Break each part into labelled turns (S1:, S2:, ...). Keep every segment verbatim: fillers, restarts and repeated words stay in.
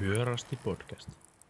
S1: Yörasti podcast.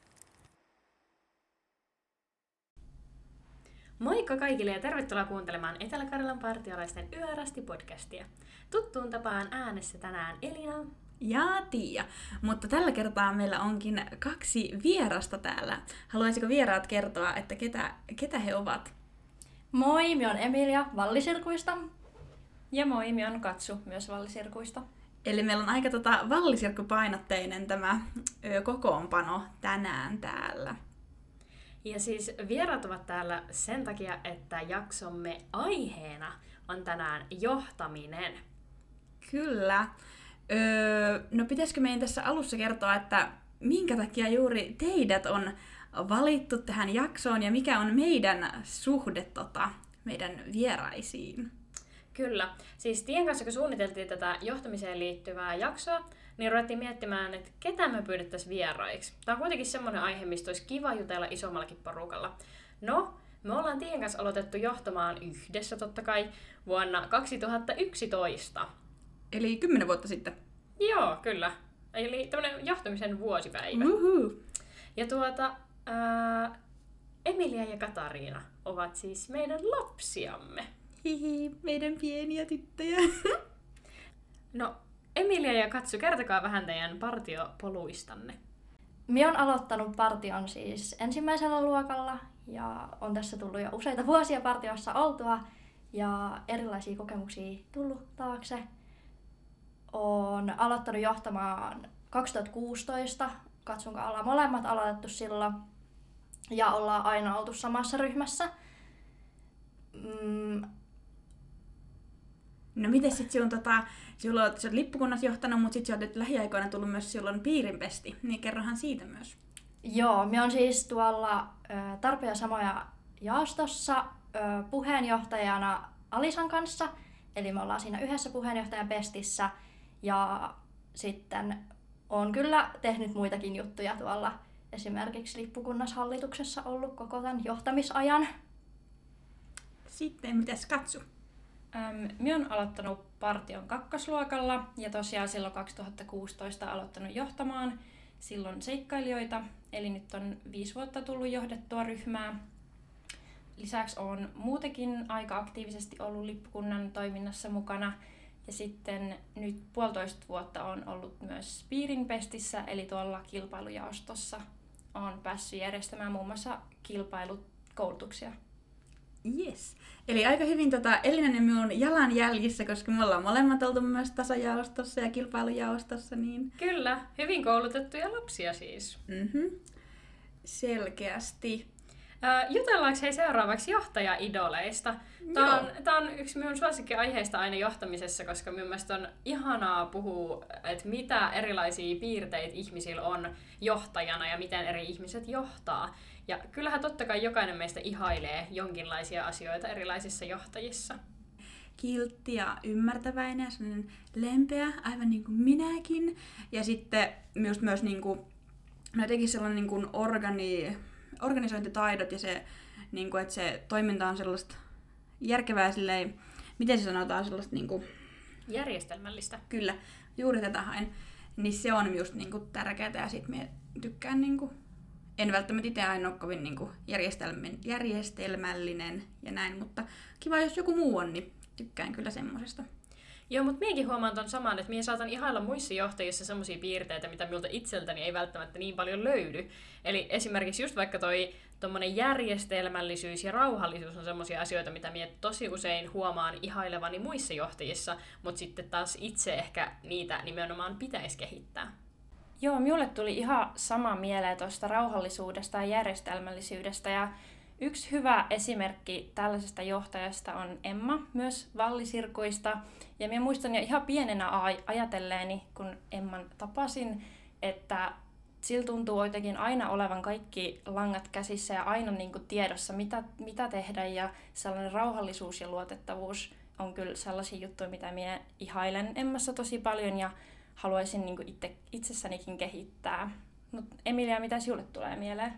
S2: Moikka kaikille ja tervetuloa kuuntelemaan Etelä-Karjalan partiolaisten Yörasti podcastia. Tuttuun tapaan äänessä tänään Elina
S3: ja Tiia, mutta tällä kertaa meillä onkin kaksi vierasta täällä. Haluaisiko vieraat kertoa, että ketä, ketä he ovat?
S4: Moi, minä olen Emilia Vallisirkuista.
S5: Ja moi, minä olen Katsu, myös Vallisirkuista.
S3: Eli meillä on aika tota vallisirkkupainotteinen tämä ö, kokoonpano tänään täällä.
S2: Ja siis vieraat ovat täällä sen takia, että jaksomme aiheena on tänään johtaminen.
S3: Kyllä. Öö, no pitäisikö meidän tässä alussa kertoa, että minkä takia juuri teidät on valittu tähän jaksoon ja mikä on meidän suhde tota, meidän vieraisiin?
S2: Kyllä. Siis Tien kanssa, kun suunniteltiin tätä johtamiseen liittyvää jaksoa, niin ruvettiin miettimään, että ketä me pyydettäisiin vieraiksi. Tämä on kuitenkin semmoinen aihe, mistä olisi kiva jutella isommallakin porukalla. No, me ollaan Tien kanssa aloitettu johtamaan yhdessä totta kai vuonna kaksituhattayksitoista.
S3: Eli kymmenen vuotta sitten.
S2: Joo, kyllä. Eli tämmöinen johtamisen vuosipäivä.
S3: Uhu.
S2: Ja tuota, ää, Emilia ja Katariina ovat siis meidän lapsiamme.
S3: Hihi, meidän pieniä tyttöjä.
S2: No, Emilia ja Katsu, kertokaa vähän teidän partiopoluistanne.
S4: Minä olen aloittanut partion siis ensimmäisellä luokalla ja on tässä tullut jo useita vuosia partiossa oltua ja erilaisia kokemuksia tullut taakse. Olen aloittanut johtamaan kaksituhattakuusitoista, Katsun kanssa ollaan molemmat aloitettu silloin ja ollaan aina oltu samassa ryhmässä. Mm.
S3: No miten sitten sinun, tota, silloin sä oot lippukunnassa johtanut, mutta sitten sä oot nyt lähiaikoina tullut myös silloin piirinpesti, niin kerrohan siitä myös.
S4: Joo, me on siis tuolla ö, Tarpeen ja Samoja jaostossa ö, puheenjohtajana Alisan kanssa, eli me ollaan siinä yhdessä puheenjohtajan pestissä ja sitten on kyllä tehnyt muitakin juttuja tuolla esimerkiksi lippukunnashallituksessa ollut koko tämän johtamisajan.
S3: Sitten mitäs Katsu?
S5: Ähm, minä olen aloittanut partion kakkosluokalla ja tosiaan silloin kaksituhattakuusitoista aloittanut johtamaan silloin seikkailijoita, eli nyt on viisi vuotta tullut johdettua ryhmää. Lisäksi olen muutenkin aika aktiivisesti ollut lippukunnan toiminnassa mukana ja sitten nyt puolitoista vuotta on ollut myös piirinpestissä, eli tuolla kilpailujaostossa olen päässyt järjestämään muun muassa kilpailukoulutuksia.
S3: Yes. Eli aika hyvin tota, Elinan ja minun jalanjäljissä, koska me ollaan molemmat oltu myös tasajaostossa ja kilpailujaostossa. Niin...
S2: Kyllä, hyvin koulutettuja lapsia siis.
S3: Mm-hmm. Selkeästi.
S2: Äh, jutellaanko hei seuraavaksi johtajaidoleista? Tämä on, tämä on yksi minun suosikkiaiheista aina johtamisessa, koska minun mielestä on ihanaa puhua, että mitä erilaisia piirteitä ihmisillä on johtajana ja miten eri ihmiset johtaa. Ja kyllähän totta kai jokainen meistä ihailee jonkinlaisia asioita erilaisissa johtajissa.
S3: Kiltti ja ymmärtäväinen ja sellainen lempeä, aivan niin kuin minäkin. Ja sitten myös, myös niin kuin, no jotenkin sellainen niin kuin organi, organisointitaidot ja se, niin kuin, että se toiminta on sellaista järkevää silleen, miten se sanotaan, sellaista niin kuin...
S2: järjestelmällistä.
S3: Kyllä, juuri tätä haen. Niin se on just niin kuin tärkeää ja sit minä tykkään niin kuin, en välttämättä itse aina ole kovin niin kuin järjestelmällinen ja näin, mutta kiva jos joku muu on, niin tykkään kyllä semmosesta.
S2: Joo, mutta minäkin huomaan ton saman, että minä saatan ihailla muissa johtajissa semmoisia piirteitä, mitä minulta itseltäni ei välttämättä niin paljon löydy. Eli esimerkiksi just vaikka toi tommonen järjestelmällisyys ja rauhallisuus on semmoisia asioita, mitä minä tosi usein huomaan ihailevani muissa johtajissa, mutta sitten taas itse ehkä niitä nimenomaan pitäisi kehittää.
S5: Joo, minulle tuli ihan sama mieleen tuosta rauhallisuudesta ja järjestelmällisyydestä. Ja yksi hyvä esimerkki tällaisesta johtajasta on Emma, myös Vallisirkuista. Ja minä muistan jo ihan pienenä ajatelleeni, kun Emman tapasin, että sillä tuntuu jotenkin aina olevan kaikki langat käsissä ja aina niin kuin tiedossa, mitä, mitä tehdä. Ja sellainen rauhallisuus ja luotettavuus on kyllä sellaisia juttuja, mitä minä ihailen Emmassa tosi paljon ja haluaisin niin kuin itse, itsessänikin kehittää. Mut Emilia, mitä sinulle tulee mieleen?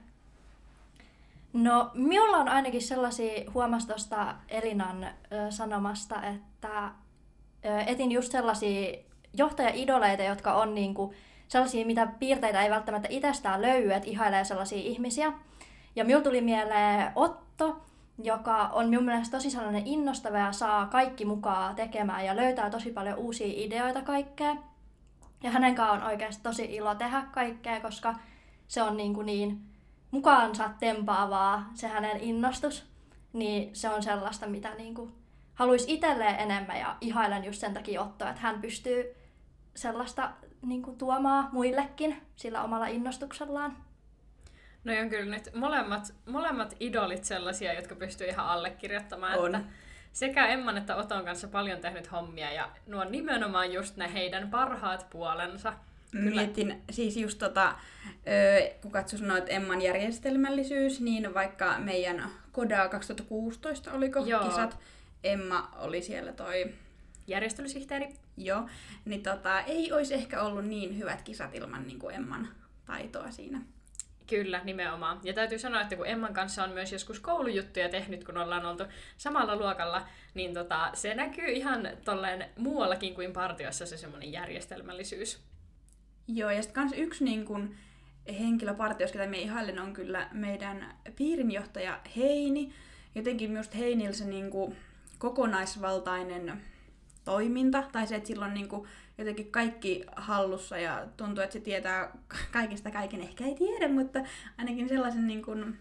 S4: No, minulla on ainakin sellaisia, huomasi tuosta Elinan ö, sanomasta, että ö, etin just sellaisia johtajaidoleita, jotka on niinku sellaisia, mitä piirteitä ei välttämättä itsestään löydy, että ihailee sellaisia ihmisiä. Ja minulla tuli mieleen Otto, joka on minun mielestä tosi sellainen innostava ja saa kaikki mukaan tekemään ja löytää tosi paljon uusia ideoita kaikkea. Ja hänen kanssaan on oikeasti tosi ilo tehdä kaikkea, koska se on niin, kuin niin mukaansa tempaavaa se hänen innostus. Niin se on sellaista, mitä niin kuin haluaisi itselleen enemmän ja ihailen just sen takia Ottoa, että hän pystyy sellaista niin kuin tuomaan muillekin sillä omalla innostuksellaan.
S2: No on kyllä nyt molemmat, molemmat idolit sellaisia, jotka pystyy ihan allekirjoittamaan.
S3: On.
S2: Että sekä Emman että Oton kanssa paljon tehnyt hommia ja nuo on nimenomaan just ne heidän parhaat puolensa. Kyllä.
S3: Mietin siis just tota, ö, kun katso sanoa, että Emman järjestelmällisyys, niin vaikka meidän Koda kaksituhattakuusitoista oliko
S2: Joo.
S3: kisat, Emma oli siellä toi,
S2: Järjestelysihteeri.
S3: joo, niin tota, ei olisi ehkä ollut niin hyvät kisat ilman niin kuin Emman taitoa siinä.
S2: Kyllä, nimenomaan. Ja täytyy sanoa, että kun Emman kanssa on myös joskus koulujuttuja tehnyt, kun ollaan oltu samalla luokalla, niin tota, se näkyy ihan tolleen muuallakin kuin partiossa se semmoinen järjestelmällisyys.
S3: Joo, ja sitten kans yksi niin kun, henkilö partiossa, ketä me ihailen, on kyllä meidän piirinjohtaja Heini. Jotenkin myös Heinillä se niin kun, kokonaisvaltainen toiminta, tai se, että sillä on niin kun, jotenkin kaikki hallussa ja tuntuu, että se tietää kaikesta kaiken. Ehkä ei tiedä, mutta ainakin sellaisen niin kun,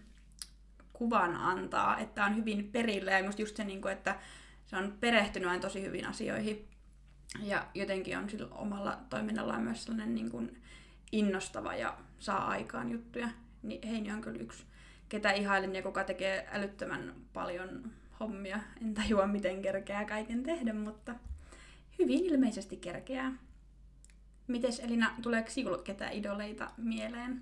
S3: kuvan antaa, että on hyvin perillä ja just se, niin kun, että se on perehtynyt aina tosi hyvin asioihin. Ja jotenkin on sillä omalla toiminnallaan myös sellainen niin kuin innostava ja saa aikaan juttuja. Niin Heini on kyllä yksi, ketä ihailen ja kuka tekee älyttömän paljon hommia. En tajua, miten kerkeää kaiken tehdä, mutta hyvin ilmeisesti kerkeää. Mites Elina, tuleeko sinulle ketään idoleita mieleen?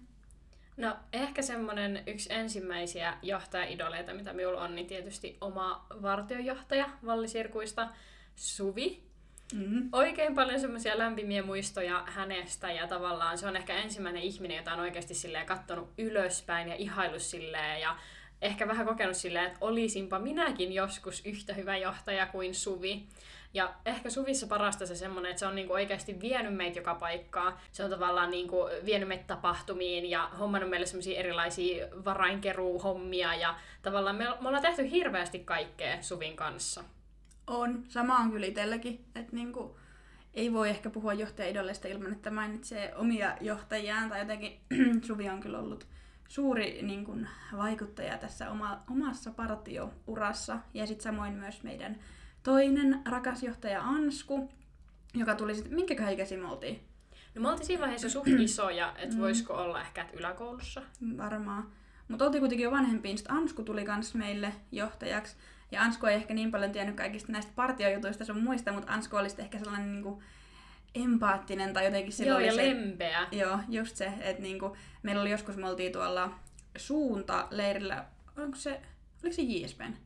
S2: No ehkä semmonen yksi ensimmäisiä johtaja-idoleita, mitä minulla on, niin tietysti oma vartiojohtaja Vallisirkuista, Suvi.
S3: Mm-hmm.
S2: Oikein paljon semmoisia lämpimiä muistoja hänestä ja tavallaan se on ehkä ensimmäinen ihminen, jota on oikeasti silleen kattonut ylöspäin ja ihaillut silleen ja ehkä vähän kokenut silleen, että olisinpa minäkin joskus yhtä hyvä johtaja kuin Suvi. Ja ehkä Suvissa parasta se semmoinen, että se on niinku oikeasti vienyt meitä joka paikkaan. Se on tavallaan niinku vienyt meitä tapahtumiin ja hommannut meille semmoisia erilaisia varainkeruuhommia ja tavallaan me, me ollaan tehty hirveästi kaikkea Suvin kanssa.
S3: On. Sama on kyllä itselläkin. Että niinku, ei voi ehkä puhua johtaja-idoleista ilman, että mainitsee omia johtajiaan. Tai jotenkin Suvi on kyllä ollut suuri niin kuin, vaikuttaja tässä oma, omassa partiourassa. Ja sitten samoin myös meidän toinen rakas johtaja Ansku, joka tuli sitten, minkäköhän ikäisiä me oltiin?
S2: No me oltiin siinä vaiheessa suht isoja, että voisiko olla ehkä et yläkoulussa.
S3: Varmaan. Mutta oltiin kuitenkin jo vanhempiin. Sitten Ansku tuli kans meille johtajaksi. Ja Ansku ei ehkä niin paljon tiennyt kaikista näistä partiojutuista sun muista, mutta Ansku oli ehkä sellainen niinku empaattinen tai jotenkin sillä
S2: Joo,
S3: oli
S2: ja
S3: se,
S2: lempeä.
S3: Joo, just se, että niinku, meillä oli joskus, me oltiin tuolla Suunta-leirillä, onko se, oliko se J S P:n?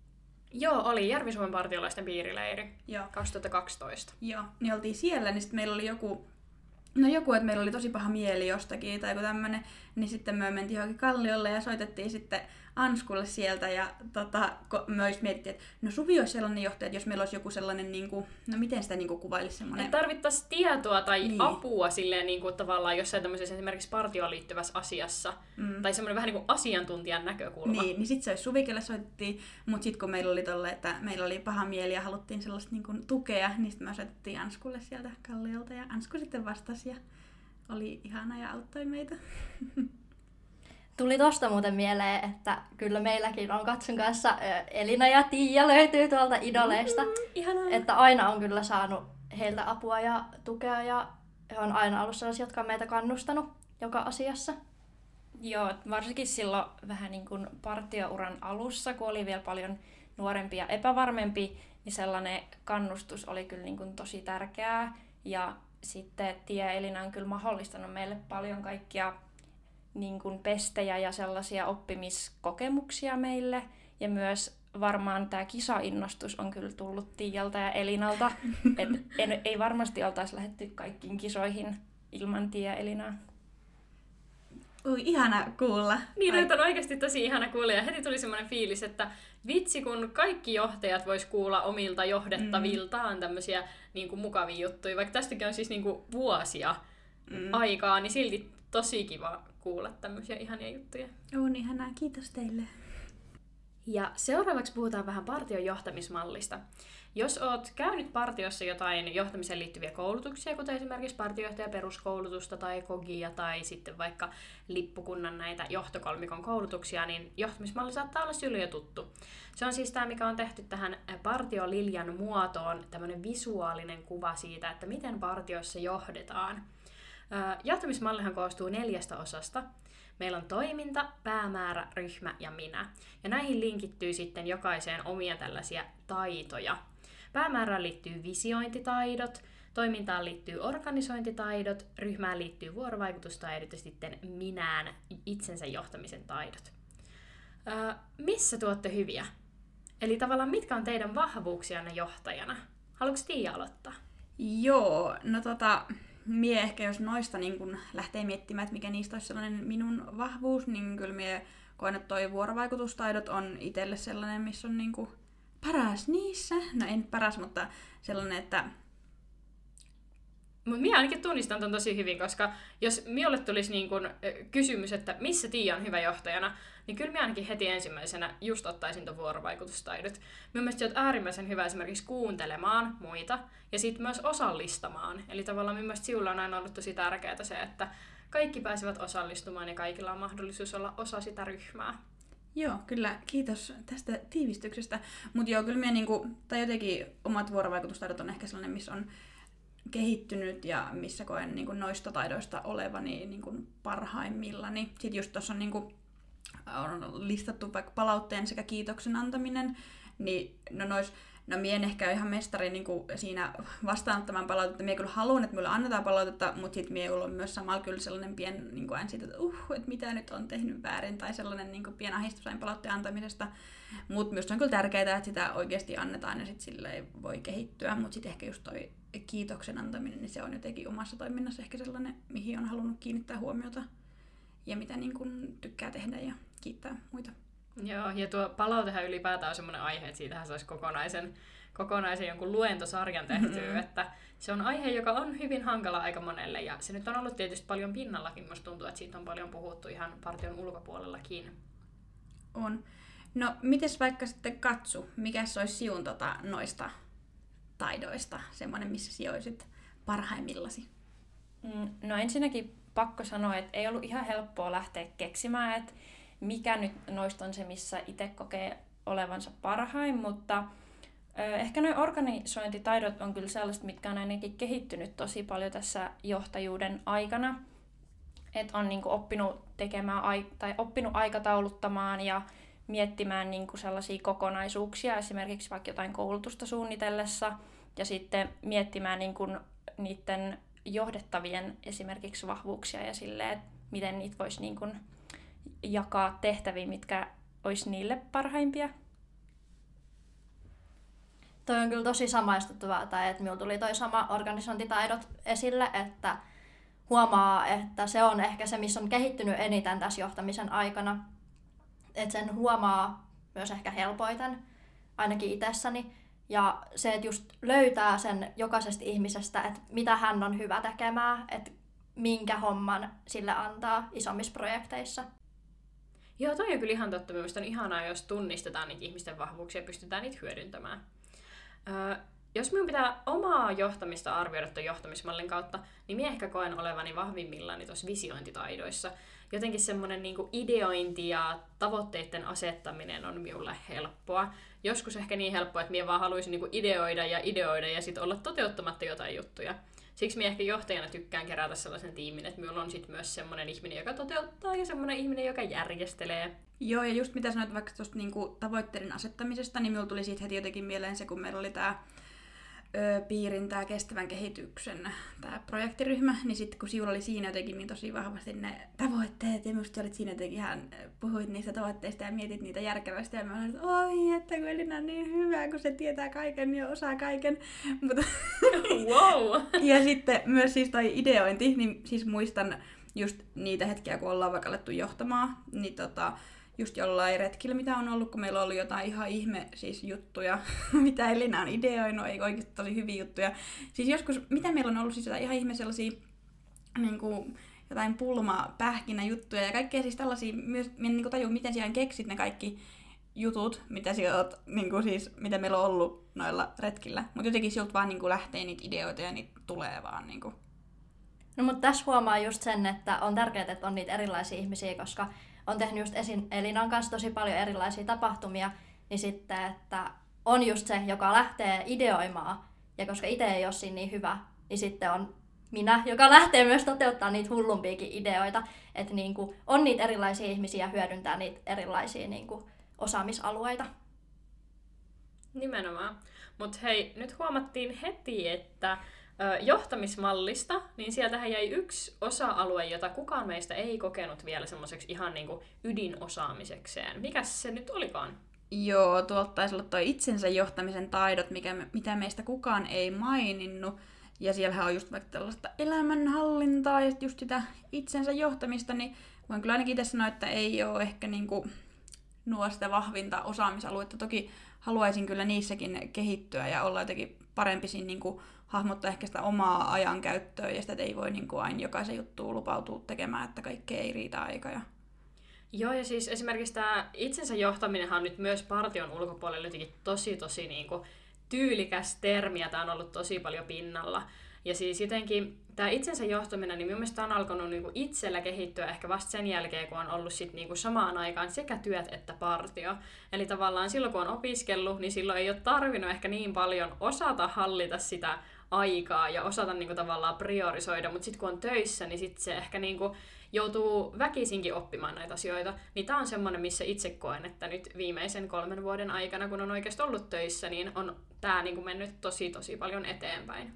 S2: Joo, oli Järvi-Suomen partiolaisten piirileiri
S3: Joo.
S2: kaksituhattakaksitoista.
S3: Joo, niin oltiin siellä, niin sitten meillä oli joku, no joku, että meillä oli tosi paha mieli jostakin tai joku tämmönen, niin sitten me mentiin johonkin kalliolle ja soitettiin sitten Anskulle sieltä ja tota, me olisi mietittiin, että no Suvi olisi sellainen johtaja, että jos meillä olisi joku sellainen, niin kuin, no miten sitä niin kuin kuvailisi semmoinen...
S2: Että tarvittaisiin tietoa tai
S3: niin.
S2: apua silleen niin kuin tavallaan jossain tämmöisessä esimerkiksi partioon liittyvässä asiassa. Mm. Tai semmoinen vähän niin kuin asiantuntijan näkökulma.
S3: Niin, niin sitten se olisi Suvi, kelle soitettiin, mutta sitten kun meillä oli tolle, että meillä oli paha mieli ja haluttiin sellaista niin kuin tukea, niin sitten me soitettiin Anskulle sieltä kalliolta ja Ansku sitten vastasi ja oli ihana ja auttoi meitä.
S4: Tuli tosta muuten mieleen, että kyllä meilläkin on Katsun kanssa Elina ja Tiia löytyy tuolta idoleista.
S2: Mm, ihanaa.
S4: Että aina on kyllä saanut heiltä apua ja tukea ja he on aina ollut sellaisia, jotka on meitä kannustanut joka asiassa.
S5: Joo, varsinkin silloin vähän niin kuin partiouran alussa, kun oli vielä paljon nuorempi ja epävarmempi, niin sellainen kannustus oli kyllä niin kuin tosi tärkeää. Ja sitten Tiia ja Elina on kyllä mahdollistanut meille paljon kaikkia niin kuin pestejä ja sellaisia oppimiskokemuksia meille. Ja myös varmaan tämä kisainnostus on kyllä tullut Tiialta ja Elinalta. Et en, ei varmasti oltaisi lähdetty kaikkiin kisoihin ilman Tiia ja Elinaa.
S3: Ui, ihana kuulla.
S2: Niin, nyt on oikeasti tosi ihana kuulla. Ja heti tuli semmoinen fiilis, että vitsi kun kaikki johtajat vois kuulla omilta johdettaviltaan tämmöisiä niin kuin mukavia juttuja. Vaikka tästäkin on siis niin kuin vuosia
S3: mm.
S2: aikaa, niin silti tosi kiva kuulla tämmöisiä ihania juttuja.
S3: On ihanaa, kiitos teille.
S2: Ja seuraavaksi puhutaan vähän partion johtamismallista. Jos oot käynyt partiossa jotain johtamiseen liittyviä koulutuksia, kuten esimerkiksi partiojohtajan peruskoulutusta tai kogia tai sitten vaikka lippukunnan näitä johtokolmikon koulutuksia, niin johtamismalli saattaa olla sinulle jo tuttu. Se on siis tämä, mikä on tehty tähän partioliljan muotoon, tämmöinen visuaalinen kuva siitä, että miten partiossa johdetaan. Johtamismallihan koostuu neljästä osasta. Meillä on toiminta, päämäärä, ryhmä ja minä. Ja näihin linkittyy sitten jokaiseen omia tällaisia taitoja. Päämäärään liittyy visiointitaidot, toimintaan liittyy organisointitaidot, ryhmään liittyy vuorovaikutustaidot ja sitten minään itsensä johtamisen taidot. Öö, missä tuotte hyviä? Eli tavallaan mitkä on teidän vahvuuksianne johtajana? Haluatko Tiia aloittaa?
S3: Joo, no tota, mie ehkä jos noista niin kun lähtee miettimään, että mikä niistä olisi sellainen minun vahvuus, niin kyllä mie koen, että toi vuorovaikutustaidot on itselle sellainen, missä on niin kuin paras niissä. No en paras, mutta sellainen, että...
S2: Mutta minä ainakin tunnistan ton tosi hyvin, koska jos minulle tulisi niin kun kysymys, että missä Tiia on hyvä johtajana, niin kyllä minä ainakin heti ensimmäisenä just ottaisin ton vuorovaikutustaidot. Minun mielestä olet äärimmäisen hyvä esimerkiksi kuuntelemaan muita ja sitten myös osallistamaan. Eli tavallaan minun mielestä sinulla on aina ollut tosi tärkeää se, että kaikki pääsevät osallistumaan ja kaikilla on mahdollisuus olla osa sitä ryhmää.
S3: Joo, kyllä. Kiitos tästä tiivistyksestä. Mutta joo, kyllä minä niinku, tai jotenkin omat vuorovaikutustaidot on ehkä sellainen, missä on kehittynyt ja missä koen niinku noista taidoista olevani niinku parhaimmillani. Sitten just tuossa on, niinku, on listattu vaikka palautteen sekä kiitoksen antaminen, niin no nois, no mie en ehkä ole ihan mestari niinku siinä vastaanottamaan palautetta. Mie kyllä haluan, että minulle annetaan palautetta, mutta sitten mie on myös samalla kyllä sellainen pien niinku aina siitä, että uh, että mitä nyt on tehnyt väärin, tai sellainen niinku pien ahdistus aina palautteen antamisesta. Mutta myös on kyllä tärkeää, että sitä oikeasti annetaan ja sitten silleen voi kehittyä, mutta sitten ehkä just toi kiitoksen antaminen, niin se on jotenkin omassa toiminnassa ehkä sellainen, mihin on halunnut kiinnittää huomiota ja mitä niin kun tykkää tehdä ja kiittää muita.
S2: Joo, ja tuo palautehan ylipäätään on semmoinen aihe, että siitähän saisi kokonaisen, kokonaisen jonkun luentosarjan tehtyä, mm-hmm. että se on aihe, joka on hyvin hankala aika monelle, ja se nyt on ollut tietysti paljon pinnallakin, musta tuntuu, että siitä on paljon puhuttu ihan partion ulkopuolellakin.
S3: On. No, mites vaikka sitten Katsu, mikä se olisi sinun tota, noista taidoista, semmoinen, missä sijoisit parhaimmillasi?
S5: No ensinnäkin pakko sanoa, että ei ollut ihan helppoa lähteä keksimään, että mikä nyt noista on se, missä itse kokee olevansa parhain, mutta ehkä nuo organisointitaidot on kyllä sellaiset, mitkä on ainakin kehittynyt tosi paljon tässä johtajuuden aikana. Että on niinku oppinut tekemään tai oppinut aikatauluttamaan ja miettimään niinku sellaisia kokonaisuuksia, esimerkiksi vaikka jotain koulutusta suunnitellessa, ja sitten miettimään niinku niiden johdettavien esimerkiksi vahvuuksia ja silleen, että miten niitä voisi niinku jakaa tehtäviin, mitkä olisi niille parhaimpia.
S4: Toi on kyllä tosi samaistuttavaa, tai että minulla tuli toi sama organisointitaidot esille, että huomaa, että se on ehkä se, missä on kehittynyt eniten tässä johtamisen aikana. Että sen huomaa myös ehkä helpoiten, ainakin itsessäni. Ja se, että just löytää sen jokaisesta ihmisestä, että mitä hän on hyvä tekemään, että minkä homman sille antaa isommissa projekteissa.
S2: Joo, toi on kyllä ihan totta. Mielestäni on ihanaa, jos tunnistetaan niitä ihmisten vahvuuksia ja pystytään niitä hyödyntämään. Öö, jos minun pitää omaa johtamista arvioida tuon johtamismallin kautta, niin minä ehkä koen olevani vahvimmillani tuossa visiointitaidoissa. Jotenkin semmoinen niinku ideointi ja tavoitteiden asettaminen on minulle helppoa. Joskus ehkä niin helppoa, että minä vaan haluaisin niinku ideoida ja ideoida ja sitten olla toteuttamatta jotain juttuja. Siksi minä ehkä johtajana tykkään kerätä sellaisen tiimin, että minulla on sitten myös semmoinen ihminen, joka toteuttaa ja semmoinen ihminen, joka järjestelee.
S3: Joo, ja just mitä sanoit vaikka tuosta niinku tavoitteiden asettamisesta, niin minulla tuli siitä heti jotenkin mieleen se, kun meillä oli tämä piirin tämä kestävän kehityksen tämä projektiryhmä, niin sitten kun sinulla oli siinä jotenkin niin tosi vahvasti ne tavoitteet, ja minusta olit siinä jotenkin ihan, puhuit niistä tavoitteista ja mietit niitä järkevästi, ja mä olin, että oi, että kun Elina on niin hyvä, kun se tietää kaiken ja osaa kaiken. Mutta
S2: wow!
S3: Ja sitten myös siis toi ideointi, niin siis muistan just niitä hetkiä, kun ollaan vaikka alettu johtamaan, niin tota, just jollain retkillä, mitä on ollut, kun meillä on ollut jotain ihan ihme siis juttuja, mitä Elina on ideoinut, ei oikeasti tosi hyviä juttuja. Siis joskus, mitä meillä on ollut siis jotain ihan ihme sellaisia niinku, jotain pulma-pähkinä juttuja ja kaikkea siis tällaisia, myös en niinku tajua, miten siellä keksit ne kaikki jutut, mitä, oot, niinku siis, mitä meillä on ollut noilla retkillä. Mutta jotenkin siltä vaan niinku lähtee niitä ideoita ja niitä tulee vaan. Niinku.
S4: No mutta tässä huomaa just sen, että on tärkeää, että on niitä erilaisia ihmisiä, koska on tehnyt just esin Elinan kanssa tosi paljon erilaisia tapahtumia, niin sitten, että on just se, joka lähtee ideoimaan, ja koska itse ei ole siinä niin hyvä, niin sitten on minä, joka lähtee myös toteuttaa niitä hullumpiakin ideoita, että niinku on niitä erilaisia ihmisiä hyödyntää niitä erilaisia niinku osaamisalueita.
S2: Nimenomaan. Mutta hei, nyt huomattiin heti, että ö, johtamismallista, niin sieltähän jäi yksi osa-alue, jota kukaan meistä ei kokenut vielä semmoiseksi ihan niinku ydinosaamisekseen. Mikäs se nyt olikaan?
S3: Joo, tuolta taisi olla toi itsensä johtamisen taidot, mikä me, mitä meistä kukaan ei maininnut. Ja siellähän on just vaikka tällaista elämänhallintaa ja just sitä itsensä johtamista, niin voin kyllä ainakin itse sanoa, että ei ole ehkä niinku nuo sitä vahvinta osaamisaluetta. Toki haluaisin kyllä niissäkin kehittyä ja olla jotenkin parempi siinä niinku hahmottaa ehkä sitä omaa ajankäyttöä ja sitä, että ei voi niinku aina jokaisen juttuun lupautua tekemään, että kaikkea ei riitä aika. Ja...
S2: Joo, ja siis esimerkiksi tämä itsensä johtaminenhan on nyt myös partion ulkopuolella jotenkin tosi tosi niinku tyylikäs termi, ja tämä on ollut tosi paljon pinnalla. Ja siis jotenkin tämä itsensä johtaminen, niin minun mielestä on alkanut niinku itsellä kehittyä ehkä vasta sen jälkeen, kun on ollut sit niinku samaan aikaan sekä työt että partio. Eli tavallaan silloin, kun on opiskellut, niin silloin ei ole tarvinnut ehkä niin paljon osata hallita sitä aikaa ja osata niinku tavallaan priorisoida, mutta sitten kun on töissä, niin sitten se ehkä niinku joutuu väkisinkin oppimaan näitä asioita, niin tämä on semmoinen, missä itse koen, että nyt viimeisen kolmen vuoden aikana, kun on oikeasti ollut töissä, niin on tämä niinku mennyt tosi tosi paljon eteenpäin.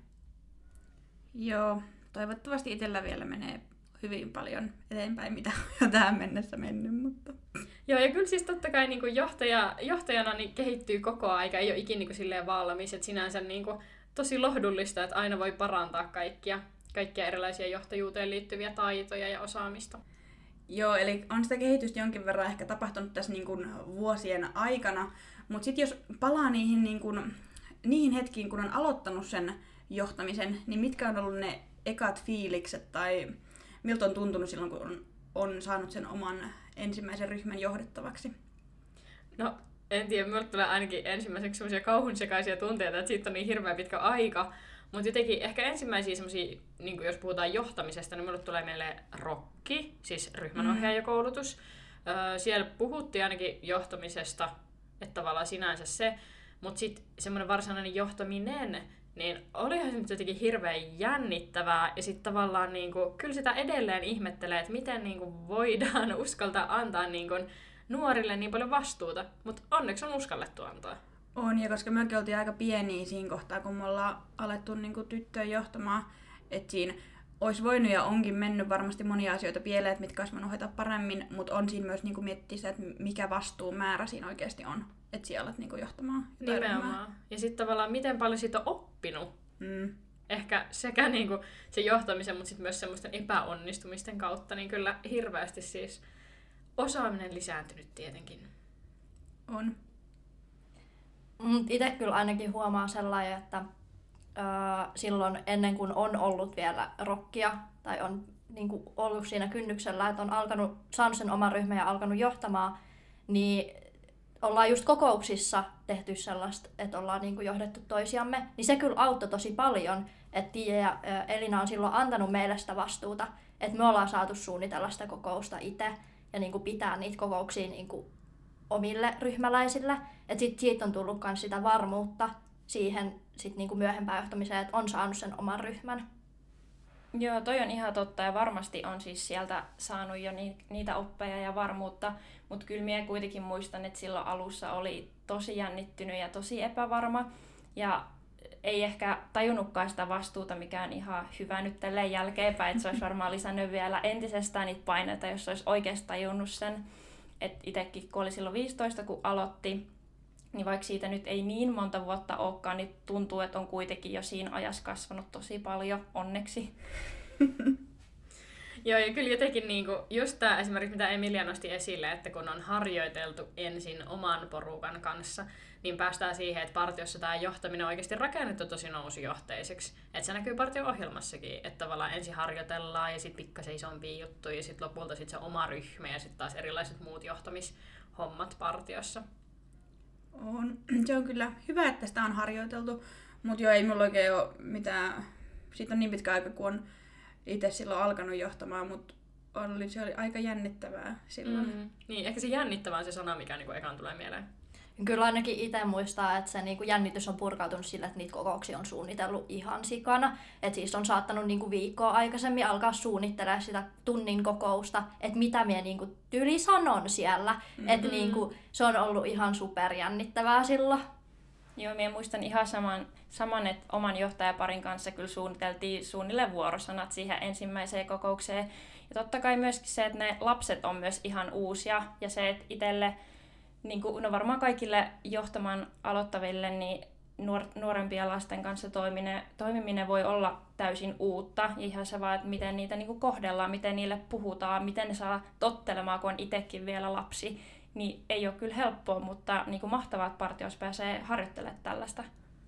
S3: Joo, toivottavasti itsellä vielä menee hyvin paljon eteenpäin, mitä on jo tähän mennessä mennyt, mutta...
S2: Joo, ja kyllä siis totta kai niin kuin johtaja, johtajana niin kehittyy koko aika, ei ole ikinä niin kuin silleen valmis, että sinänsä niin kuin tosi lohdullista, että aina voi parantaa kaikkia, kaikkia erilaisia johtajuuteen liittyviä taitoja ja osaamista.
S3: Joo, eli on sitä kehitystä jonkin verran ehkä tapahtunut tässä niin kuin vuosien aikana, mutta sitten jos palaa niihin, niin kuin, niihin hetkiin, kun on aloittanut sen johtamisen, niin mitkä on ollut ne ekat fiilikset tai miltä on tuntunut silloin, kun on, on saanut sen oman ensimmäisen ryhmän johdettavaksi?
S2: No, en tiedä, minulle tulee ainakin ensimmäiseksi semmoisia kauhunsekaisia tunteita, että siitä on niin hirveän pitkä aika. Mutta jotenkin ehkä ensimmäisiä semmoisia, niin jos puhutaan johtamisesta, niin minulle tulee mieleen rokki, siis ryhmänohjaajakoulutus. Öö, siellä puhuttiin ainakin johtamisesta, että tavallaan sinänsä se, mutta sitten semmoinen varsinainen johtaminen, niin olihan se nyt jotenkin hirveän jännittävää, ja sitten tavallaan niinku, kyllä sitä edelleen ihmettelee, että miten niinku voidaan uskaltaa antaa niinku nuorille niin paljon vastuuta, mutta onneksi on uskallettu antaa.
S3: On, ja koska mekin oltiin aika pieniä siinä kohtaa, kun me ollaan alettu niinku tyttöön johtamaan, että siinä olisi voinut ja onkin mennyt varmasti monia asioita pieleen, että mitkä olisi voinut hoitaa paremmin, mutta on siinä myös niinku miettiä sitä, että mikä vastuumäärä siinä oikeasti on, että siellä alat niinku johtamaan.
S2: Nimenomaan. Ja sitten tavallaan miten paljon siitä on oppinut.
S3: Mm.
S2: Ehkä sekä niinku se johtamisen, mutta sitten myös semmoisten epäonnistumisten kautta, niin kyllä hirveästi siis osaaminen lisääntynyt tietenkin.
S3: On.
S4: Itse kyllä ainakin huomaa sellainen, että öö, silloin ennen kuin on ollut vielä rokkia tai on niin kuin ollut siinä kynnyksellä, että on alkanut, saanut sen oman ryhmän ja alkanut johtamaan, niin ollaan just kokouksissa tehty sellaista, että ollaan niin kuin johdettu toisiamme, niin se kyllä auttoi tosi paljon, että Tiia ja Elina on silloin antanut meille sitä vastuuta, että me ollaan saatu suunnitella sitä kokousta itse ja niin kuin pitää niitä kokouksia niin kuin omille ryhmäläisille, että sit siitä on tullut myös sitä varmuutta siihen sit niinku myöhempään johtamiseen, että on saanut sen oman ryhmän.
S5: Joo, toi on ihan totta ja varmasti on siis sieltä saanut jo ni- niitä oppeja ja varmuutta, mutta kyllä minä kuitenkin muistan, että silloin alussa oli tosi jännittynyt ja tosi epävarma ja ei ehkä tajunnutkaan sitä vastuuta, mikä on ihan hyvä nyt tälleen jälkeenpäin, että se olisi varmaan lisännyt vielä entisestään niitä paineita, jos olisi oikeasti tajunnut sen. Että itsekin, kun oli silloin viisitoista, kun aloitti, niin vaikka siitä nyt ei niin monta vuotta olekaan, niin tuntuu, että on kuitenkin jo siinä ajassa kasvanut tosi paljon, onneksi.
S2: Joo, ja kyllä jotenkin niinku, just tämä esimerkiksi, mitä Emilia nosti esille, että kun on harjoiteltu ensin oman porukan kanssa, niin päästään siihen, että partiossa tämä johtaminen on oikeasti rakennettu tosi nousujohteiseksi. Että se näkyy partion ohjelmassakin, että tavallaan ensin harjoitellaan ja sitten pikkasen isompia juttuja ja sitten lopulta sit se oma ryhmä ja sitten taas erilaiset muut johtamishommat partiossa.
S3: On. Se on kyllä hyvä, että sitä on harjoiteltu, mutta joo, ei mulla oikein ole mitään. Siitä on niin pitkä aika, kun on itse silloin alkanut johtamaan, mutta oli, se oli aika jännittävää silloin.
S2: Mm. Niin, ehkä se jännittävää on se sana, mikä niinku ekaan tulee mieleen.
S4: Kyllä ainakin itse muistaa, että se niinku jännitys on purkautunut sillä, että niitä kokouksia on suunnitellut ihan sikana. Että siis on saattanut niinku viikkoa aikaisemmin alkaa suunnittelemaan sitä tunnin kokousta, että mitä minä niinku tyyli sanon siellä. Mm-hmm. Että niinku, se on ollut ihan superjännittävää silloin.
S5: Joo, minä muistan ihan saman, saman, että oman johtajaparin kanssa kyllä suunniteltiin suunnilleen vuorosanat siihen ensimmäiseen kokoukseen. Ja totta kai myöskin se, että ne lapset on myös ihan uusia ja se, että itselle, niin kuin, no varmaan kaikille johtamaan aloittaville, niin nuor, nuorempien lasten kanssa toimiminen, toimiminen voi olla täysin uutta. Ja ihan se vaan, että miten niitä niin kuin kohdellaan, miten niille puhutaan, miten ne saa tottelemaan, kun on itsekin vielä lapsi. Niin ei ole kyllä helppoa, mutta niin kuin mahtavaa, että partiossa pääsee harjoittelemaan tällaista.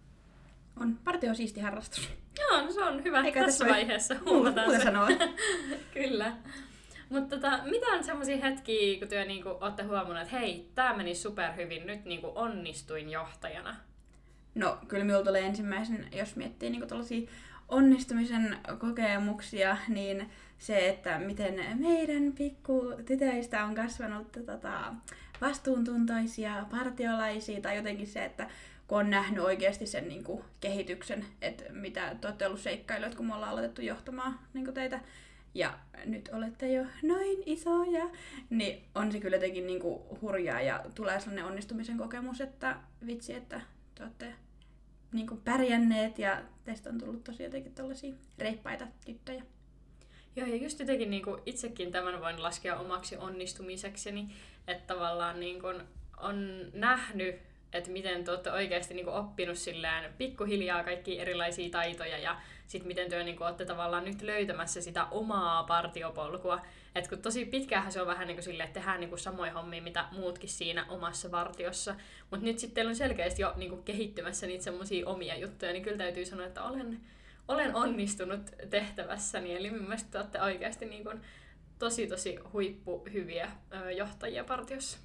S3: On. Partio on siisti harrastus.
S2: Joo, no se on hyvä.
S3: Eikä
S2: tässä
S3: tässä
S2: vaiheessa huomataan se.
S3: sanoa.
S2: Kyllä. Mutta tota, mitä on semmoisia hetkiä, kun te niinku olette huomannut, että hei, tää meni superhyvin, nyt niinku onnistuin johtajana?
S3: No, kyllä minulla tulee ensimmäisen, jos miettii niinku tällaisia onnistumisen kokemuksia, niin se, että miten meidän pikku tytöistä on kasvanut tota, vastuuntuntoisia partiolaisia, tai jotenkin se, että kun on nähnyt oikeasti sen niin kuin, kehityksen, että mitä te olette ollut seikkailut, kun me ollaan aloitettu johtamaan niin kuin teitä, ja nyt olette jo noin isoja, niin on se kyllä jotenkin niin kuin, hurjaa, ja tulee sellainen onnistumisen kokemus, että vitsi, että te olette niin kuin, pärjänneet, ja teistä on tullut tosi jotenkin tällaisia reippaita tyttöjä.
S2: Joo, ja just jotenkin niin kuin itsekin tämän voin laskea omaksi onnistumisekseni, että tavallaan niin kuin on nähnyt, että miten te olette oikeasti niin kuin oppinut silleen pikkuhiljaa kaikkia erilaisia taitoja ja sitten miten te niin kuin olette tavallaan nyt löytämässä sitä omaa partiopolkua. Että kun tosi pitkäänhän se on vähän niin kuin silleen, että tehdään niin kuin samoja hommia, mitä muutkin siinä omassa partiossa. Mutta nyt sitten teillä on selkeästi jo niin kuin kehittymässä niitä semmoisia omia juttuja, niin kyllä täytyy sanoa, että olen... Olen onnistunut tehtävässäni, eli mielestäni te olette oikeasti niin kuin tosi tosi huippuhyviä johtajia partiossa.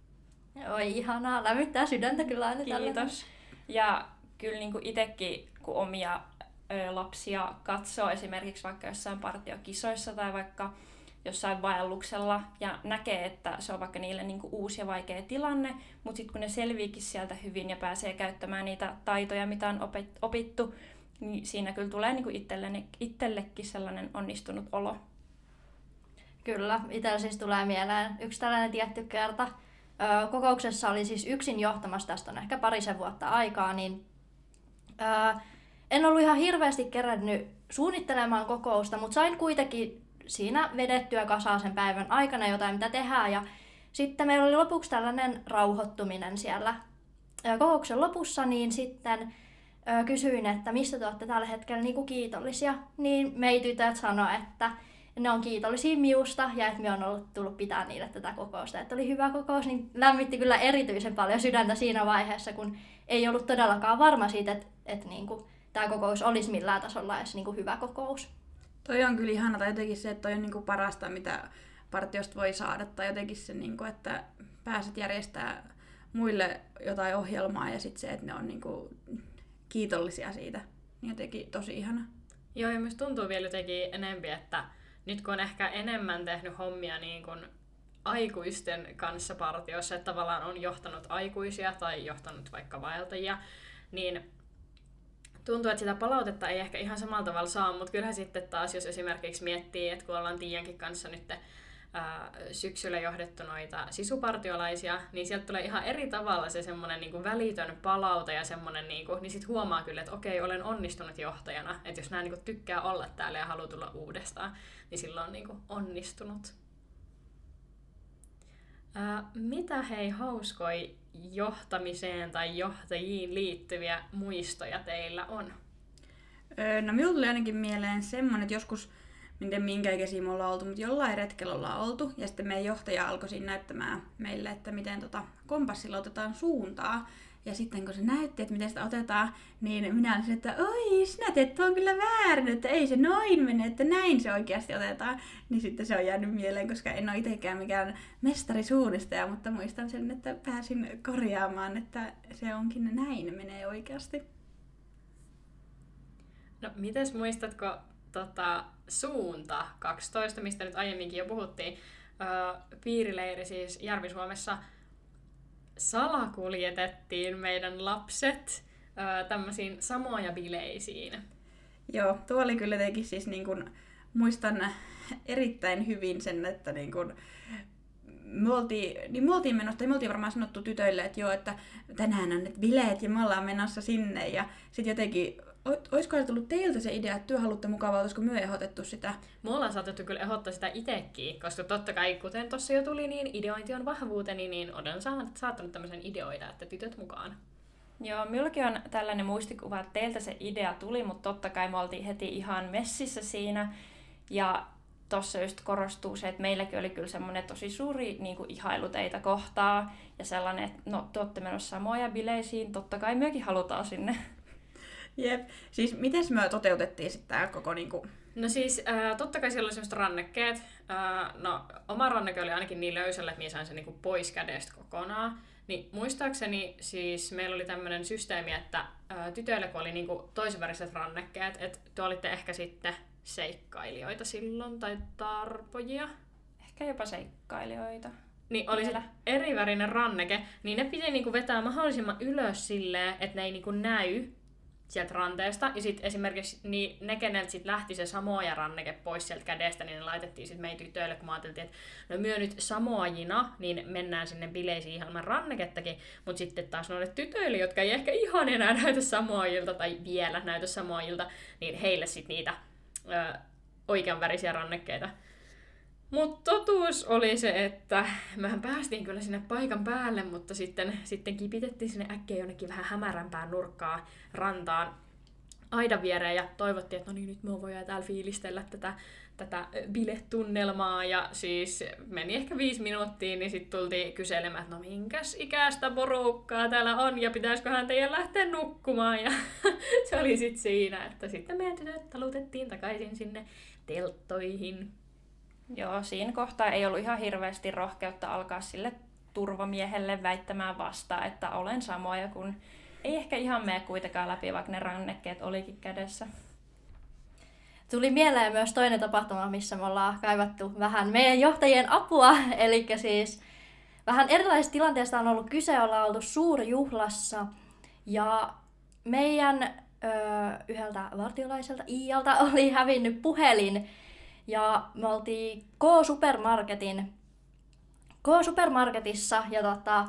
S4: Oi ihanaa, lämmittää sydäntä kyllä aina tällä.
S5: Kiitos. Ja kyllä niin kuin itsekin, kun omia ö, lapsia katsoo esimerkiksi vaikka jossain partiokisoissa tai vaikka jossain vaelluksella ja näkee, että se on vaikka niille niin kuin uusi ja vaikea tilanne, mutta sitten kun ne selviikin sieltä hyvin ja pääsee käyttämään niitä taitoja, mitä on opittu, niin siinä kyllä tulee niin kuin itselleni, itsellekin sellainen onnistunut olo.
S4: Kyllä, itsellä siis tulee mieleen yksi tällainen tietty kerta. Öö, kokouksessa oli siis yksin johtamassa, tästä on ehkä parisen vuotta aikaa, niin öö, en ollut ihan hirveästi kerännyt suunnittelemaan kokousta, mutta sain kuitenkin siinä vedettyä kasaan sen päivän aikana jotain, mitä tehdään. Ja sitten meillä oli lopuksi tällainen rauhoittuminen siellä öö, kokouksen lopussa, niin sitten kysyin, että mistä te olette tällä hetkellä niin kuin kiitollisia, niin meidän tytöt sanoi, että ne on kiitollisia miusta ja että me on ollut tullut pitää niille tätä kokousta. Että oli hyvä kokous, niin lämmitti kyllä erityisen paljon sydäntä siinä vaiheessa, kun ei ollut todellakaan varma siitä, että, että niin kuin tämä kokous olisi millään tasolla edes niin kuin hyvä kokous.
S3: Toi on kyllä ihana, tai jotenkin se, että toi on niin kuin parasta, mitä partiosta voi saada, tai jotenkin se, niin kuin, että pääset järjestää muille jotain ohjelmaa ja sitten se, että ne on niin kuin kiitollisia siitä, niin jotenkin tosi ihana.
S2: Joo, ja myös tuntuu vielä jotenkin enemmän, että nyt kun on ehkä enemmän tehnyt hommia niin kuin aikuisten kanssa partiossa, että tavallaan on johtanut aikuisia tai johtanut vaikka vaeltajia, niin tuntuu, että sitä palautetta ei ehkä ihan samalla tavalla saa, mutta kyllähän sitten taas, jos esimerkiksi miettii, että kun ollaan Tiiankin kanssa nyt ää, syksyllä johdettu noita sisupartiolaisia, niin sieltä tulee ihan eri tavalla se semmoinen niinku välitön palaute ja semmoinen, niinku, niin sit huomaa kyllä, että okei, olen onnistunut johtajana, että jos nämä niinku tykkää olla täällä ja haluaa tulla uudestaan, niin silloin on niinku onnistunut. Ää, mitä hei hauskoi johtamiseen tai johtajiin liittyviä muistoja teillä on?
S3: Öö, no minulla tuli ainakin mieleen semmoinen, että joskus, miten minkä ikäisiä me ollaan oltu, mutta jollain retkellä ollaan oltu. Ja sitten meidän johtaja alkoi siinä näyttämään meille, että miten tota kompassilla otetaan suuntaa. Ja sitten kun se näytti, että miten sitä otetaan, niin minä olin että oi, sinä teet tuon kyllä väärin, että ei se noin mene, että näin se oikeasti otetaan. Niin sitten se on jäänyt mieleen, koska en ole itsekään mikään mestarisuunnistaja, mutta muistan sen, että pääsin korjaamaan, että se onkin näin menee oikeasti.
S2: No, mites muistatko tota, Suunta kaksitoista, mistä nyt aiemminkin jo puhuttiin, öö, piirileiri siis Järvi-Suomessa, salakuljetettiin meidän lapset öö, tämmöisiin samoja bileisiin.
S3: Joo, tuo oli kyllä jotenkin siis niin kuin, muistan erittäin hyvin sen, että niin kuin, me oltiin, niin me oltiin menossa, tai me oltiin varmaan sanottu tytöille, että joo, että tänään on nyt bileet ja me ollaan menossa sinne. Ja sitten jotenkin, olisiko tullut teiltä se idea, että työ haluatte mukavaa, olisiko myö ehdotettu sitä?
S2: Me ollaan saatettu kyllä ehdottaa sitä itsekin, koska totta kai, kuten tuossa jo tuli, niin ideointi on vahvuuteni, niin olen saattanut tämmöisen ideoida, että tytöt mukaan.
S5: Joo, minullakin on tällainen muistikuva, että teiltä se idea tuli, mutta totta kai me oltiin heti ihan messissä siinä. Ja tuossa just korostuu se, että meilläkin oli kyllä semmoinen tosi suuri niin kuin ihailu teitä kohtaa. Ja sellainen, että no te olette menossa samoja bileisiin, totta kai mekin halutaan sinne.
S3: Jep. Siis miten me toteutettiin sitten tämä koko niinku...
S2: No siis äh, totta kai siellä oli sellaiset rannekkeet. Äh, no oma ranneke oli ainakin niin löysällä, että minä sain sen niinku pois kädestä kokonaan. Niin muistaakseni siis meillä oli tämmöinen systeemi, että ää, tytöille kun oli niinku toisenväriset rannekkeet, että te olitte ehkä sitten seikkailijoita silloin tai tarpojia.
S5: Ehkä jopa seikkailijoita.
S2: Niin oli se erivärinen ranneke, niin ne piti niinku vetää mahdollisimman ylös silleen, että ne ei niinku näy sieltä ranteesta. Ja sitten esimerkiksi niin ne, keneltä sit lähti se samoja ranneke pois sieltä kädestä, niin ne laitettiin sitten meidän tytöille, kun me ajateltiin, että no myö nyt samoajina, niin mennään sinne bileisiin ihan ilman rannekettakin. Mutta sitten taas noille tytöille, jotka ei ehkä ihan enää näytä samoajilta tai vielä näytä samoajilta, niin heille sitten niitä ö, oikeanvärisiä rannekkeita. Mutta totuus oli se, että mehän päästiin kyllä sinne paikan päälle, mutta sitten, sitten kipitettiin sinne äkkiä jonnekin vähän hämärämpään nurkkaan rantaan aidan viereen ja toivottiin, että no niin, nyt me voidaan täällä fiilistellä tätä, tätä biletunnelmaa. Ja siis meni ehkä viisi minuuttia, niin sitten tultiin kyselemään, että no minkäs ikäistä porukkaa täällä on ja pitäisiköhän teidän lähteä nukkumaan. Ja se oli sitten siinä, että sitten meidän tytöt talutettiin takaisin sinne telttoihin.
S5: Joo, siinä kohtaa ei ollut ihan hirveästi rohkeutta alkaa sille turvamiehelle väittämään vastaan, että olen samoja, kun ei ehkä ihan mene kuitenkaan läpi, vaikka ne rannekkeet olikin kädessä.
S4: Tuli mieleen myös toinen tapahtuma, missä me ollaan kaivattu vähän meidän johtajien apua. Eli siis vähän erilaisista tilanteista on ollut kyse, ollaan oltu suurjuhlassa ja meidän ö, yhdeltä vartiolaiselta Iialta oli hävinnyt puhelin. Ja me oltiin K-supermarketin, K-supermarketissa ja tota,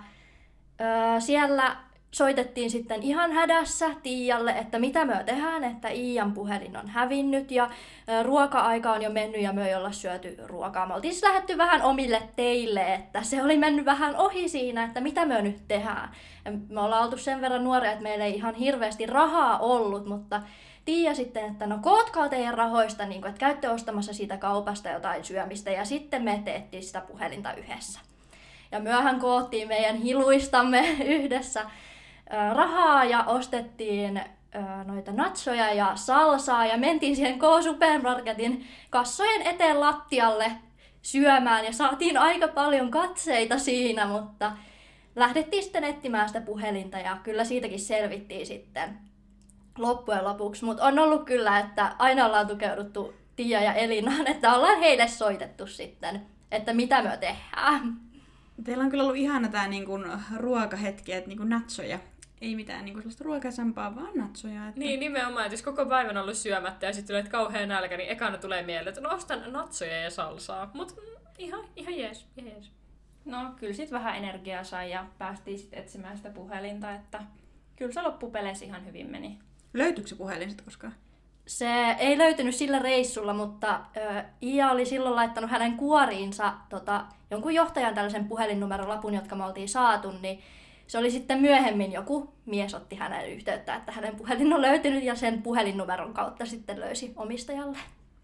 S4: ö, siellä soitettiin sitten ihan hädässä Tiialle, että mitä me tehdään, että Iian puhelin on hävinnyt ja ö, ruoka-aika on jo mennyt ja me ei olla syöty ruokaa. Me oltiin siis lähdetty vähän omille teille, että se oli mennyt vähän ohi siinä, että mitä me nyt tehdään. Ja me ollaan oltu sen verran nuoria, että meillä ei ihan hirveästi rahaa ollut, mutta Tiia sitten, että no kootkaa teidän rahoista, niin kun, että käytte ostamassa siitä kaupasta jotain syömistä ja sitten me teettiin sitä puhelinta yhdessä. Ja myöhän koottiin meidän hiluistamme yhdessä ö, rahaa ja ostettiin ö, noita natsoja ja salsaa ja mentiin siihen K-supermarketin kassojen eteen lattialle syömään ja saatiin aika paljon katseita siinä, mutta lähdettiin sitten etsimään sitä puhelinta ja kyllä siitäkin selvittiin sitten loppujen lopuksi, mutta on ollut kyllä, että aina ollaan tukeuduttu Tiia ja Elinaan, että ollaan heille soitettu sitten, että mitä me tehdään.
S3: Teillä on kyllä ollut ihana tää niinku ruokahetki, että niinku natsoja. Ei mitään niinku sellaista ruokaisampaa, vaan natsoja. Että...
S2: Niin, nimenomaan, että jos koko päivän on ollut syömättä ja sitten tulee kauhean nälkä, niin ekana tulee mieleen, että no ostan natsoja ja salsaa. Mutta mm, ihan, ihan jees, ihan jees.
S5: No kyllä sit vähän energiaa sai ja päästiin sit etsimään sitä puhelinta, että kyllä se loppupeleissä ihan hyvin meni.
S3: Löytyykö se puhelin sit koskaan?
S4: Se ei löytynyt sillä reissulla, mutta ö, Iia oli silloin laittanut hänen kuoriinsa tota, jonkun johtajan tällaisen puhelinnumerolapun, jotka me oltiin saatu, niin se oli sitten myöhemmin joku mies otti hänen yhteyttä, että hänen puhelin on löytynyt ja sen puhelinnumeron kautta sitten löysi omistajalle.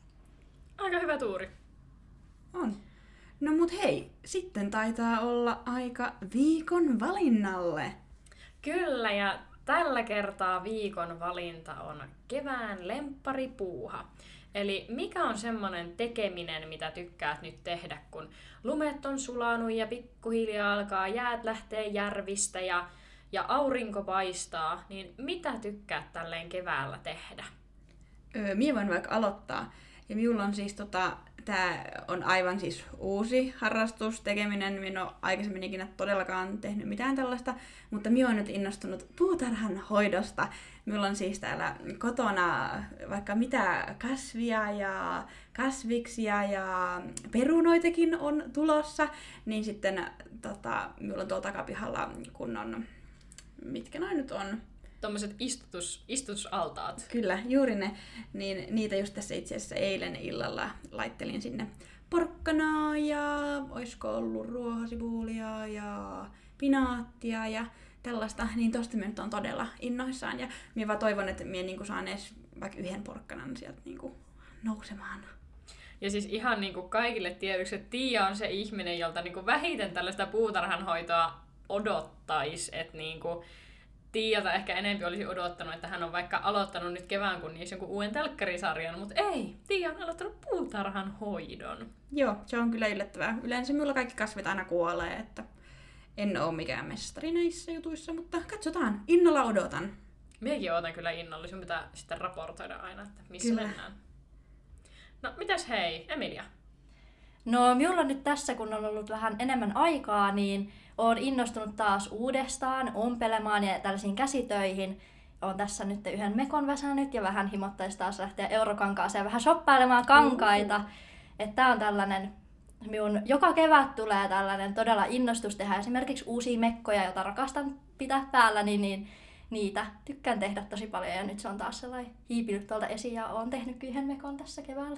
S2: Aika hyvä tuuri.
S3: On. No mut hei, sitten taitaa olla aika viikon valinnalle.
S2: Kyllä, ja tällä kertaa viikon valinta on kevään lempparipuuha. Eli mikä on semmonen tekeminen, mitä tykkäät nyt tehdä, kun lumet on sulanut ja pikkuhiljaa alkaa jäät lähtee järvistä ja, ja aurinko paistaa, niin mitä tykkäät tälleen keväällä tehdä?
S3: Öö, Mie voin vaikka aloittaa. Ja minulla on siis tota, tää on aivan siis uusi harrastus, tekeminen. Minä en ole aikaisemmin ikinä todellakaan tehnyt mitään tällaista, mutta minä olen nyt innostunut puutarhan hoidosta. Minulla on siis täällä kotona vaikka mitä kasvia ja kasviksia ja perunoitakin on tulossa, niin sitten tota, minulla on tuolla takapihalla kunnon, mitkä noin nyt on,
S2: Tuommoiset istutus, istutusaltaat.
S3: kyllä, juuri ne. Niin niitä just tässä itse asiassa eilen illalla laittelin sinne porkkanaa ja oisko ollut ruohosipulia ja pinaattia ja tällaista. Niin tosta minä nyt on todella innoissaan ja minä vaan toivon, että minä niinku saan edes vaikka yhden porkkanan sieltä niinku nousemaan.
S2: Ja siis ihan niin kuin kaikille tiedoksi, että Tiia on se ihminen, jolta niin kuin vähiten tällaista puutarhanhoitoa odottaisi. Että niin kuin Tiialta ehkä enempi olisi odottanut, että hän on vaikka aloittanut nyt kevään kunniassa jonkun uuden telkkarisarjan, mutta ei, Tiia on aloittanut puutarhanhoidon.
S3: Joo, se on kyllä yllättävää. Yleensä minulla kaikki kasvit aina kuolee, että en ole mikään mestari näissä jutuissa, mutta katsotaan. Innolla odotan.
S2: Miekin ootan kyllä innolla, sun pitää sitten raportoida aina, että missä
S3: Kyllä.
S2: mennään. No mitäs hei, Emilia?
S4: No minulla nyt tässä, kun on ollut vähän enemmän aikaa, niin olen innostunut taas uudestaan ompelemaan ja tällaisiin käsitöihin. Olen tässä nyt yhden mekon väsännyt ja vähän himottaisi taas lähteä Eurokankaaseen vähän shoppailemaan kankaita. Mm. Että tää on tällainen, minun joka kevät tulee tällainen todella innostus tehdä esimerkiksi uusia mekkoja, joita rakastan pitää päällä, niin, niin niitä tykkään tehdä tosi paljon. Ja nyt se on taas sellainen hiipinyt tuolta esiin ja olen tehnyt yhden mekon tässä keväällä.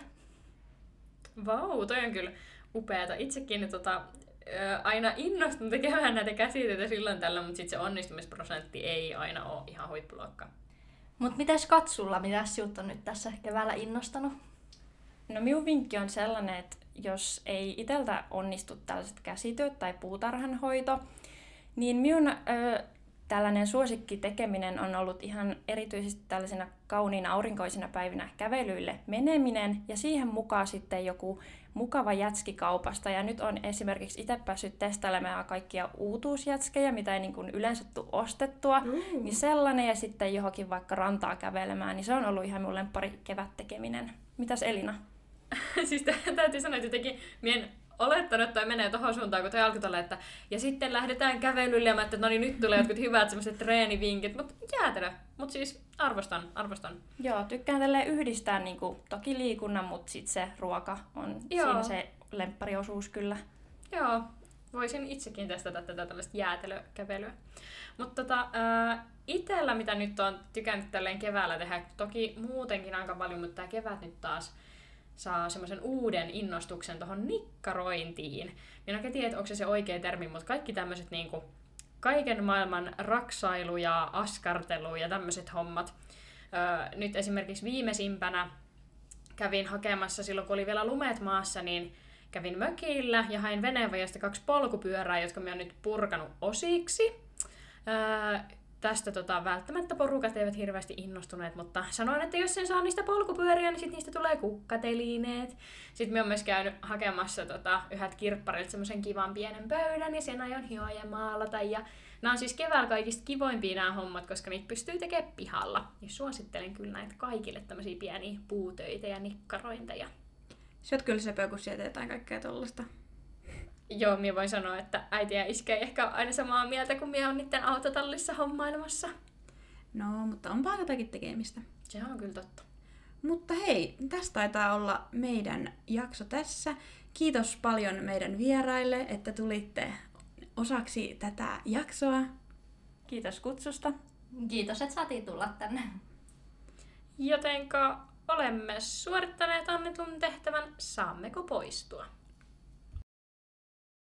S2: Vau, toi on kyllä upeata. Itsekin tota, ää, aina innostun tekemään näitä käsitöitä silloin tällä, mutta sit se onnistumisprosentti ei aina ole ihan huippuluokka.
S4: Mutta mites Katsulla, mitäs sinut on nyt tässä keväällä innostanut?
S5: No minun vinkki on sellainen, että jos ei itseltä onnistu tällaiset käsityöt tai puutarhanhoito, niin minun ö, tällainen suosikkitekeminen on ollut ihan erityisesti tällaisina kauniina aurinkoisina päivinä kävelyille meneminen ja siihen mukaan sitten joku mukava jätski kaupasta. Ja nyt on esimerkiksi itse päässyt testailemaan kaikkia uutuusjätskejä, mitä ei niin kuin yleensä tule ostettua, mm. niin sellainen ja sitten johonkin vaikka rantaa kävelemään, niin se on ollut ihan mun lemppari kevättekeminen. Mitäs Elina?
S2: Siis täytyy sanoa, että jotenkin mien olettanut, että toi menee tohon suuntaan, kun toi alkoi tolle, että ja sitten lähdetään kävelylle ja mä että no niin nyt tulee jotkut hyvät semmoiset treenivinkit, mutta jäätelö. Mut siis arvostan, arvostan.
S5: Joo, tykkään tälleen yhdistää niin kuin, toki liikunnan, mutta sitten se ruoka on
S2: Joo.
S5: siinä se lemppariosuus kyllä.
S2: Joo, voisin itsekin testata tätä tällaista jäätelökävelyä. Mutta tota, äh, itellä, mitä nyt on tykännyt tälleen keväällä tehdä, toki muutenkin aika paljon, mutta tää kevät nyt taas saa semmoisen uuden innostuksen tohon nikkarointiin. Minä en oikein tiedä, onko se se oikea termi, mutta kaikki tämmöiset niinku kaiken maailman raksailu ja askartelu ja tämmöiset hommat. Öö, nyt esimerkiksi viimeisimpänä kävin hakemassa, silloin kun oli vielä lumet maassa, niin kävin mökillä ja hain veneenvajasta kaksi polkupyörää, jotka mä oon nyt purkanut osiksi. Öö, Tästä tota, välttämättä porukat eivät hirveästi innostuneet, mutta sanoin, että jos sen saa niistä polkupyöriä, niin sit niistä tulee kukkatelineet. Sitten mä oon myös käynyt hakemassa tota, yhdet kirpparilta semmoisen kivan pienen pöydän ja sen aion hioa ja maalata. Ja nämä on siis keväällä kaikista kivoimpia nämä hommat, koska niitä pystyy tekemään pihalla. Ja suosittelen kyllä näitä kaikille tämmöisiä pieniä puutöitä ja nikkarointeja.
S3: Sä oot kyllä sepö, kun sieltä jotain kaikkea tollasta.
S2: Joo, minä voin sanoa, että äiti ja iskä ei ehkä ole aina samaa mieltä, kun minä olen niiden autotallissa hommailemassa.
S3: No, mutta onpa jotakin tekemistä.
S2: Se on kyllä totta.
S3: Mutta hei, tässä taitaa olla meidän jakso tässä. Kiitos paljon meidän vieraille, että tulitte osaksi tätä jaksoa.
S5: Kiitos kutsusta.
S4: Kiitos, että saatiin tulla tänne.
S2: Jotenka olemme suorittaneet annetun tehtävän, saammeko poistua?